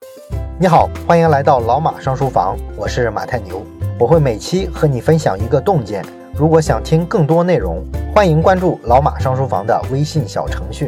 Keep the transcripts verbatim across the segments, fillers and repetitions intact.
你好，欢迎来到老马上书房，我是马太牛，我会每期和你分享一个洞见。如果想听更多内容，欢迎关注老马上书房的微信小程序。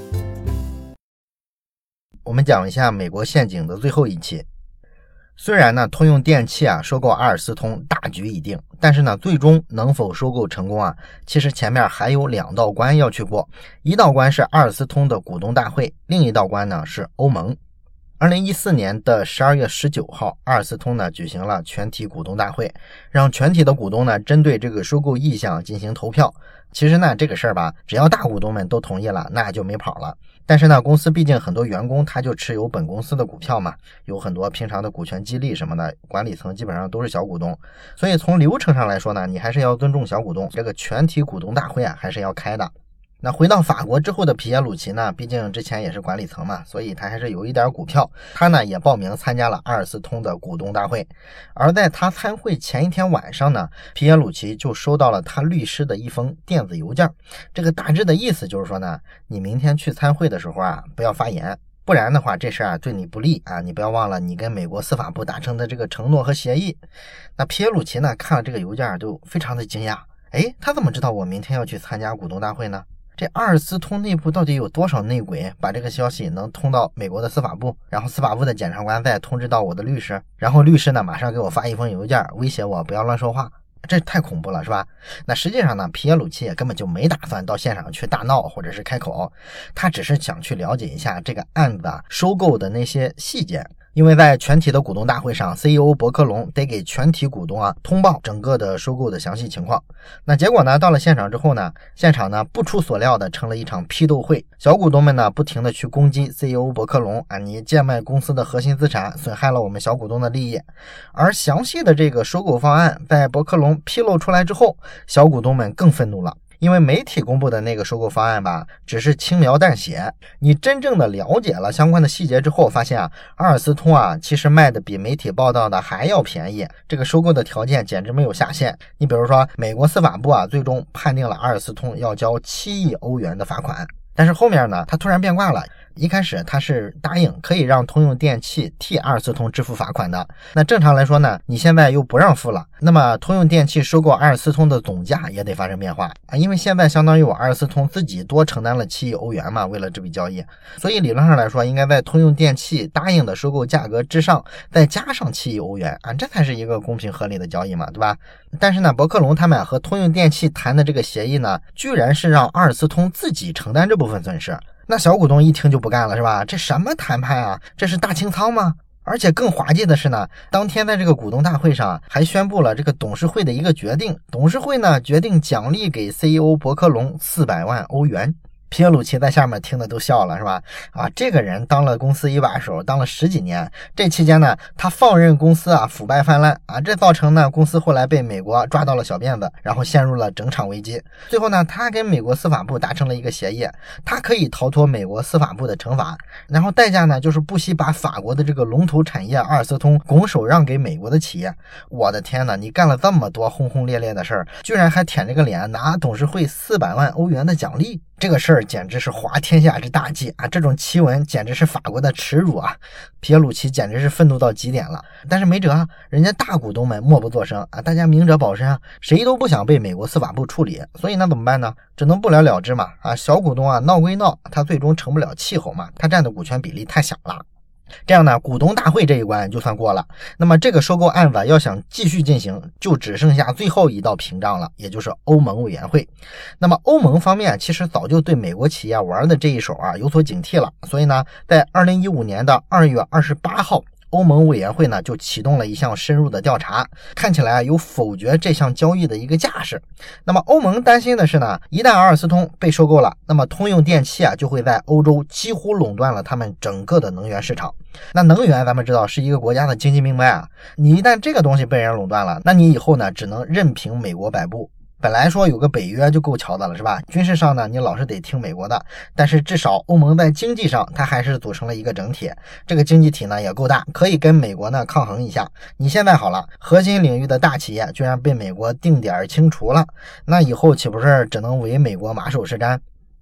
我们讲一下美国陷阱的最后一期。虽然呢，通用电气啊收购阿尔斯通大局已定，但是呢，最终能否收购成功啊，其实前面还有两道关要去过。一道关是阿尔斯通的股东大会，另一道关呢是欧盟。二零一四年的十二月十九号，阿尔斯通呢举行了全体股东大会，让全体的股东呢针对这个收购意向进行投票。其实呢，这个事儿吧，只要大股东们都同意了，那就没跑了。但是呢，公司毕竟很多员工他就持有本公司的股票嘛，有很多平常的股权激励什么的，管理层基本上都是小股东，所以从流程上来说呢，你还是要尊重小股东，这个全体股东大会啊还是要开的。那回到法国之后的皮耶鲁齐呢，毕竟之前也是管理层嘛，所以他还是有一点股票，他呢也报名参加了阿尔斯通的股东大会。而在他参会前一天晚上呢，皮耶鲁齐就收到了他律师的一封电子邮件，这个大致的意思就是说呢，你明天去参会的时候啊，不要发言，不然的话这事啊对你不利啊，你不要忘了你跟美国司法部达成的这个承诺和协议。那皮耶鲁齐呢看了这个邮件就非常的惊讶，诶，他怎么知道我明天要去参加股东大会呢？这阿尔斯通内部到底有多少内鬼，把这个消息能通到美国的司法部，然后司法部的检察官再通知到我的律师，然后律师呢马上给我发一封邮件威胁我不要乱说话，这太恐怖了是吧？那实际上呢，皮耶鲁齐也根本就没打算到现场去大闹或者是开口，他只是想去了解一下这个案子啊收购的那些细节。因为在全体的股东大会上 C E O 伯克隆得给全体股东啊通报整个的收购的详细情况。那结果呢，到了现场之后呢，现场呢不出所料的成了一场批斗会，小股东们呢不停的去攻击 C E O 伯克隆啊，你贱卖公司的核心资产，损害了我们小股东的利益。而详细的这个收购方案在伯克隆披露出来之后，小股东们更愤怒了。因为媒体公布的那个收购方案吧，只是轻描淡写，你真正的了解了相关的细节之后，发现啊，阿尔斯通啊，其实卖的比媒体报道的还要便宜，这个收购的条件简直没有下限。你比如说，美国司法部啊，最终判定了阿尔斯通要交七亿欧元的罚款，但是后面呢，他突然变卦了。一开始他是答应可以让通用电气替阿尔斯通支付罚款的，那正常来说呢，你现在又不让付了，那么通用电气收购阿尔斯通的总价也得发生变化啊，因为现在相当于我阿尔斯通自己多承担了七亿欧元嘛，为了这笔交易，所以理论上来说，应该在通用电气答应的收购价格之上再加上七亿欧元啊，这才是一个公平合理的交易嘛，对吧？但是呢，伯克隆他们和通用电气谈的这个协议呢，居然是让阿尔斯通自己承担这部分损失。那小股东一听就不干了是吧？这什么谈判啊？这是大清仓吗？而且更滑稽的是呢，当天在这个股东大会上还宣布了这个董事会的一个决定，董事会呢决定奖励给 C E O 伯克隆四百万欧元。皮耶鲁齐在下面听的都笑了是吧？啊，这个人当了公司一把手，当了十几年，这期间呢，他放任公司啊腐败泛滥啊，这造成呢公司后来被美国抓到了小辫子，然后陷入了整场危机。最后呢，他跟美国司法部达成了一个协议，他可以逃脱美国司法部的惩罚，然后代价呢就是不惜把法国的这个龙头产业阿尔斯通拱手让给美国的企业。我的天哪，你干了这么多轰轰烈烈的事儿，居然还舔着个脸拿董事会四百万欧元的奖励，这个事儿简直是滑天下之大稽啊！这种奇闻简直是法国的耻辱啊！皮耶鲁齐简直是愤怒到极点了，但是没辙啊，人家大股东们默不作声啊，大家明哲保身啊，谁都不想被美国司法部处理，所以那怎么办呢？只能不了了之嘛！啊，小股东啊闹归闹，他最终成不了气候嘛，他占的股权比例太小了。这样呢，股东大会这一关就算过了。那么这个收购案子要想继续进行，就只剩下最后一道屏障了，也就是欧盟委员会。那么欧盟方面其实早就对美国企业玩的这一手啊有所警惕了，所以呢，在二零一五年的二月二十八号，欧盟委员会呢就启动了一项深入的调查，看起来有否决这项交易的一个架势。那么欧盟担心的是呢，一旦阿尔斯通被收购了，那么通用电气啊就会在欧洲几乎垄断了他们整个的能源市场。那能源咱们知道是一个国家的经济命脉啊，你一旦这个东西被人垄断了，那你以后呢只能任凭美国摆布。本来说有个北约就够瞧的了是吧？军事上呢你老是得听美国的，但是至少欧盟在经济上它还是组成了一个整体，这个经济体呢也够大，可以跟美国呢抗衡一下。你现在好了，核心领域的大企业居然被美国定点清除了，那以后岂不是只能为美国马首是瞻？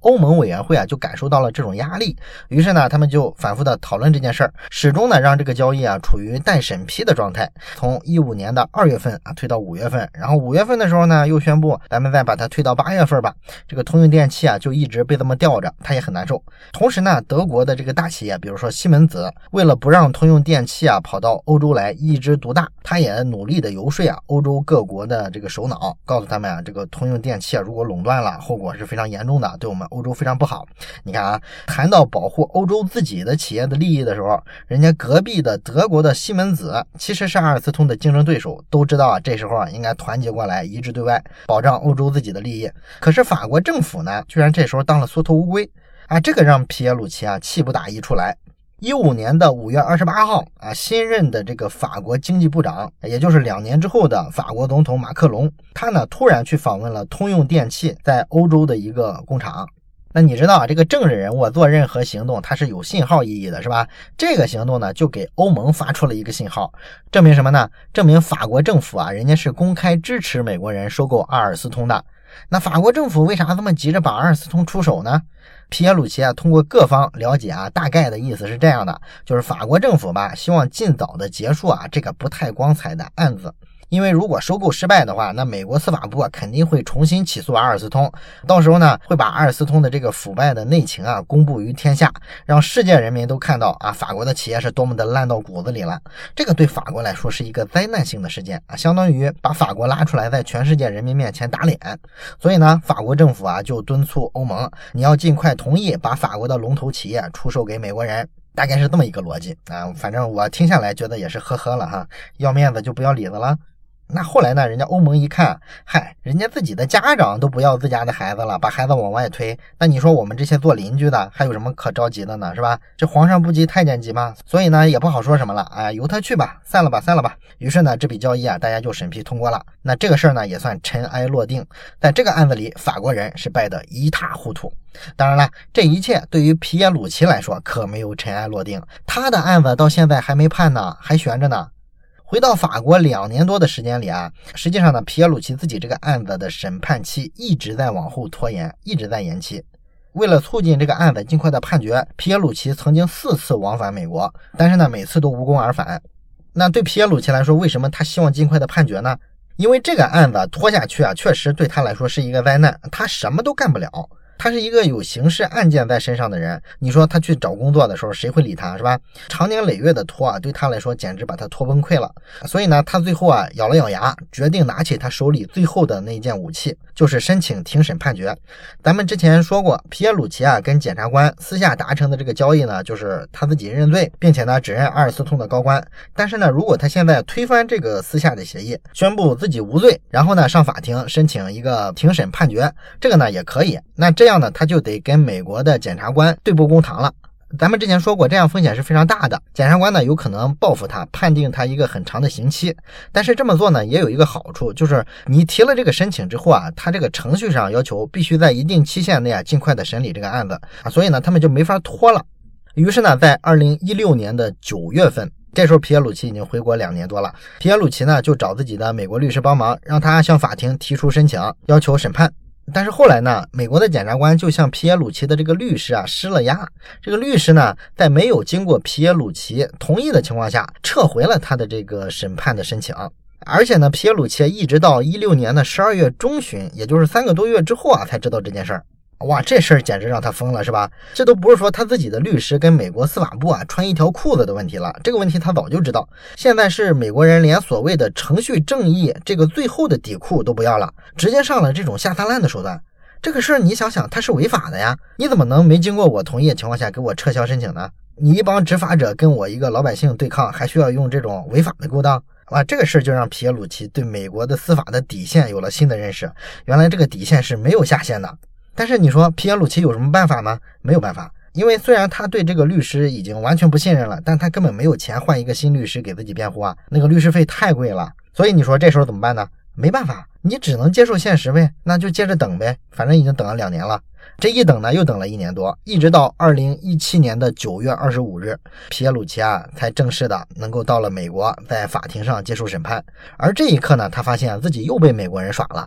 欧盟委员会啊就感受到了这种压力，于是呢他们就反复的讨论这件事儿，始终呢让这个交易啊处于待审批的状态。从一五年的二月份啊推到五月份，然后五月份的时候呢又宣布咱们再把它推到八月份吧。这个通用电气啊就一直被这么吊着，它也很难受。同时呢德国的这个大企业比如说西门子，为了不让通用电气啊跑到欧洲来一枝独大，他也努力的游说啊欧洲各国的这个首脑，告诉他们啊这个通用电气啊如果垄断了，后果是非常严重的，对我们欧洲非常不好。你看啊，谈到保护欧洲自己的企业的利益的时候，人家隔壁的德国的西门子其实是阿尔斯通的竞争对手，都知道啊这时候啊应该团结过来，一致对外，保障欧洲自己的利益。可是法国政府呢居然这时候当了缩头乌龟啊，这个让皮耶鲁齐啊气不打一处来。一五年的五月二十八号啊，新任的这个法国经济部长，也就是两年之后的法国总统马克龙，他呢突然去访问了通用电气在欧洲的一个工厂。那你知道啊，这个政治人物做任何行动它是有信号意义的，是吧？这个行动呢就给欧盟发出了一个信号，证明什么呢？证明法国政府啊人家是公开支持美国人收购阿尔斯通的。那法国政府为啥这么急着把阿尔斯通出手呢？皮耶鲁齐啊通过各方了解啊，大概的意思是这样的，就是法国政府吧希望尽早的结束啊这个不太光彩的案子。因为如果收购失败的话，那美国司法部啊肯定会重新起诉阿尔斯通，到时候呢会把阿尔斯通的这个腐败的内情啊公布于天下，让世界人民都看到啊法国的企业是多么的烂到骨子里了。这个对法国来说是一个灾难性的事件啊，相当于把法国拉出来在全世界人民面前打脸。所以呢法国政府啊就敦促欧盟，你要尽快同意把法国的龙头企业出售给美国人。大概是这么一个逻辑啊，反正我听下来觉得也是呵呵了哈，要面子就不要里子了。那后来呢，人家欧盟一看，嗨，人家自己的家长都不要自家的孩子了，把孩子往外推，那你说我们这些做邻居的还有什么可着急的呢，是吧？这皇上不急太监急嘛，所以呢也不好说什么了，哎，由他去吧，散了吧散了吧。于是呢这笔交易啊大家就审批通过了，那这个事儿呢也算尘埃落定。在这个案子里法国人是败得一塌糊涂。当然了，这一切对于皮耶鲁齐来说可没有尘埃落定，他的案子到现在还没判呢，还悬着呢。回到法国两年多的时间里啊，实际上呢皮耶鲁齐自己这个案子的审判期一直在往后拖延，一直在延期。为了促进这个案子尽快的判决，皮耶鲁齐曾经四次往返美国，但是呢每次都无功而返。那对皮耶鲁齐来说，为什么他希望尽快的判决呢？因为这个案子拖下去啊确实对他来说是一个灾难，他什么都干不了。他是一个有刑事案件在身上的人，你说他去找工作的时候谁会理他，是吧？长年累月的拖啊，对他来说简直把他拖崩溃了。所以呢他最后啊咬了咬牙，决定拿起他手里最后的那件武器，就是申请庭审判决。咱们之前说过，皮耶鲁齐啊跟检察官私下达成的这个交易呢，就是他自己认罪，并且呢指认阿尔斯通的高官。但是呢如果他现在推翻这个私下的协议，宣布自己无罪，然后呢上法庭申请一个庭审判决，这个呢也可以。那这样呢他就得跟美国的检察官对簿公堂了。咱们之前说过，这样风险是非常大的，检察官呢有可能报复他，判定他一个很长的刑期。但是这么做呢也有一个好处，就是你提了这个申请之后啊，他这个程序上要求必须在一定期限内啊尽快的审理这个案子啊，所以呢他们就没法拖了。于是呢在二零一六年的九月份，这时候皮耶鲁齐已经回国两年多了，皮耶鲁齐呢就找自己的美国律师帮忙，让他向法庭提出申请，要求审判。但是后来呢，美国的检察官就向皮耶鲁齐的这个律师啊施了压，这个律师呢在没有经过皮耶鲁齐同意的情况下，撤回了他的这个审判的申请。而且呢皮耶鲁齐一直到一六年的十二月中旬，也就是三个多月之后啊才知道这件事儿。哇，这事儿简直让他疯了，是吧？这都不是说他自己的律师跟美国司法部啊穿一条裤子的问题了，这个问题他早就知道。现在是美国人连所谓的程序正义这个最后的底裤都不要了，直接上了这种下三滥的手段。这个事儿你想想，它是违法的呀，你怎么能没经过我同意的情况下给我撤销申请呢？你一帮执法者跟我一个老百姓对抗，还需要用这种违法的勾当？哇，这个事儿就让皮耶鲁齐对美国的司法的底线有了新的认识，原来这个底线是没有下限的。但是你说皮耶鲁齐有什么办法吗？没有办法，因为虽然他对这个律师已经完全不信任了，但他根本没有钱换一个新律师给自己辩护啊，那个律师费太贵了。所以你说这时候怎么办呢？没办法，你只能接受现实呗，那就接着等呗，反正已经等了两年了。这一等呢又等了一年多，一直到二零一七年的九月二十五日，皮耶鲁齐啊才正式的能够到了美国，在法庭上接受审判。而这一刻呢，他发现自己又被美国人耍了。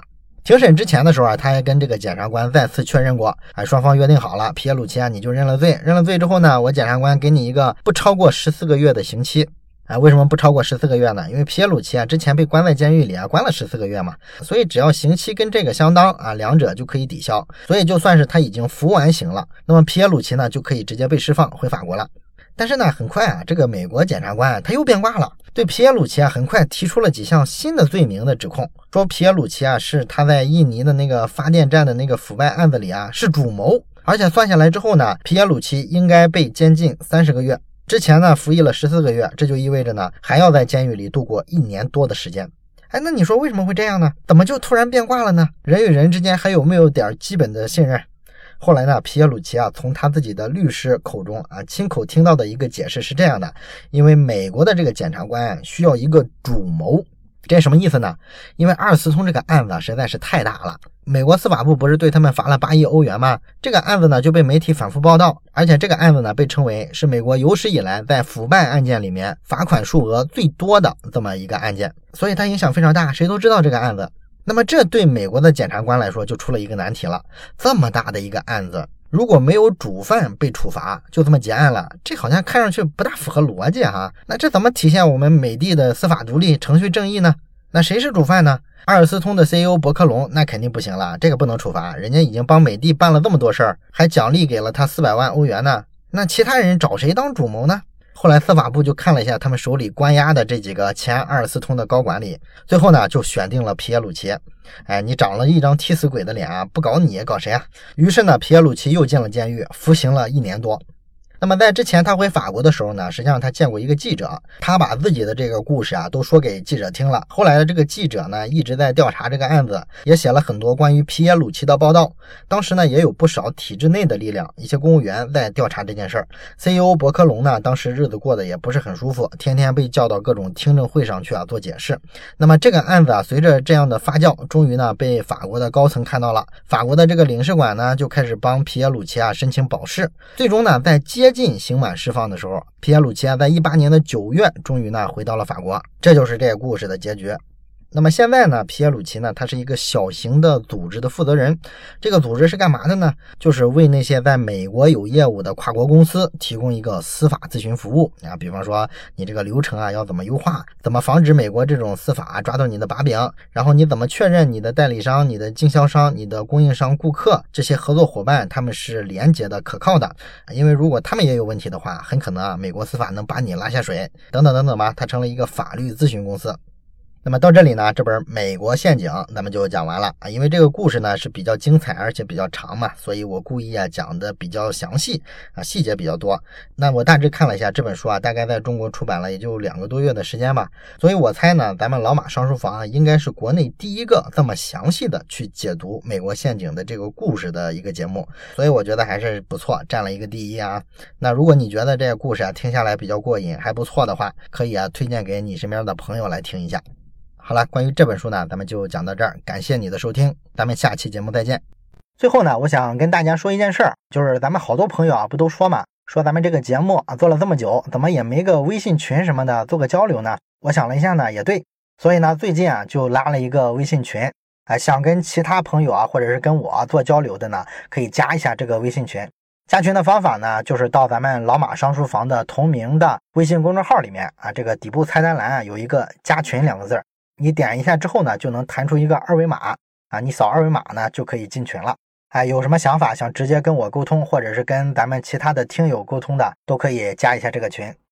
庭审之前的时候啊，他还跟这个检察官再次确认过，哎，双方约定好了，皮耶鲁齐啊你就认了罪，认了罪之后呢，我检察官给你一个不超过十四个月的刑期。啊，为什么不超过十四个月呢？因为皮耶鲁齐啊之前被关在监狱里啊，关了十四个月嘛，所以只要刑期跟这个相当啊，两者就可以抵消。所以就算是他已经服完刑了，那么皮耶鲁齐呢就可以直接被释放回法国了。但是呢，很快啊，这个美国检察官啊他又变卦了，对皮耶鲁齐啊很快提出了几项新的罪名的指控，说皮耶鲁齐啊是他在印尼的那个发电站的那个腐败案子里啊是主谋，而且算下来之后呢，皮耶鲁齐应该被监禁三十个月。之前呢服役了十四个月，这就意味着呢还要在监狱里度过一年多的时间。哎，那你说为什么会这样呢？怎么就突然变卦了呢？人与人之间还有没有点基本的信任？后来呢，皮耶鲁齐啊从他自己的律师口中啊亲口听到的一个解释是这样的，因为美国的这个检察官需要一个主谋。这什么意思呢？因为阿尔斯通这个案子实在是太大了，美国司法部不是对他们罚了八亿欧元吗？这个案子呢就被媒体反复报道，而且这个案子呢被称为是美国有史以来在腐败案件里面罚款数额最多的这么一个案件，所以它影响非常大，谁都知道这个案子。那么这对美国的检察官来说就出了一个难题了，这么大的一个案子，如果没有主犯被处罚，就这么结案了，这好像看上去不大符合逻辑哈。那这怎么体现我们美帝的司法独立、程序正义呢？那谁是主犯呢？阿尔斯通的 C E O 伯克隆那肯定不行了，这个不能处罚，人家已经帮美帝办了这么多事儿，还奖励给了他四百万欧元呢。那其他人找谁当主谋呢？后来司法部就看了一下他们手里关押的这几个前阿尔斯通的高管里，最后呢就选定了皮耶鲁齐。哎，你长了一张替死鬼的脸啊，不搞你搞谁啊？于是呢，皮耶鲁齐又进了监狱，服刑了一年多。那么在之前他回法国的时候呢，实际上他见过一个记者，他把自己的这个故事啊都说给记者听了。后来的这个记者呢一直在调查这个案子，也写了很多关于皮耶鲁齐的报道。当时呢也有不少体制内的力量，一些公务员在调查这件事儿。C E O 伯克隆呢当时日子过得也不是很舒服，天天被叫到各种听证会上去啊做解释。那么这个案子啊随着这样的发酵，终于呢被法国的高层看到了，法国的这个领事馆呢就开始帮皮耶鲁齐啊申请保释。最终呢在接近刑满释放的时候，皮耶鲁齐啊在一八年的九月终于呢回到了法国，这就是这个故事的结局。那么现在呢，皮耶鲁齐呢，他是一个小型的组织的负责人。这个组织是干嘛的呢？就是为那些在美国有业务的跨国公司提供一个司法咨询服务啊。比方说，你这个流程啊要怎么优化，怎么防止美国这种司法抓到你的把柄，然后你怎么确认你的代理商、你的经销商、你的供应商、顾客这些合作伙伴他们是廉洁的、可靠的。因为如果他们也有问题的话，很可能啊美国司法能把你拉下水，等等等等吧，它成了一个法律咨询公司。那么到这里呢，这本美国陷阱咱们就讲完了啊。因为这个故事呢是比较精彩而且比较长嘛，所以我故意啊讲的比较详细啊，细节比较多。那我大致看了一下这本书啊，大概在中国出版了也就两个多月的时间吧，所以我猜呢，咱们老马上书房啊应该是国内第一个这么详细的去解读美国陷阱的这个故事的一个节目，所以我觉得还是不错，占了一个第一啊。那如果你觉得这个故事啊听下来比较过瘾，还不错的话，可以啊推荐给你身边的朋友来听一下。好了，关于这本书呢，咱们就讲到这儿，感谢你的收听，咱们下期节目再见。最后呢，我想跟大家说一件事儿，就是咱们好多朋友啊，不都说嘛，说咱们这个节目啊做了这么久，怎么也没个微信群什么的做个交流呢？我想了一下呢，也对，所以呢，最近啊就拉了一个微信群，哎，想跟其他朋友啊，或者是跟我做交流的呢，可以加一下这个微信群。加群的方法呢，就是到咱们老马商书房的同名的微信公众号里面啊，这个底部菜单栏啊有一个加群两个字，你点一下之后呢，就能弹出一个二维码啊，你扫二维码呢就可以进群了。哎，有什么想法想直接跟我沟通，或者是跟咱们其他的听友沟通的，都可以加一下这个群。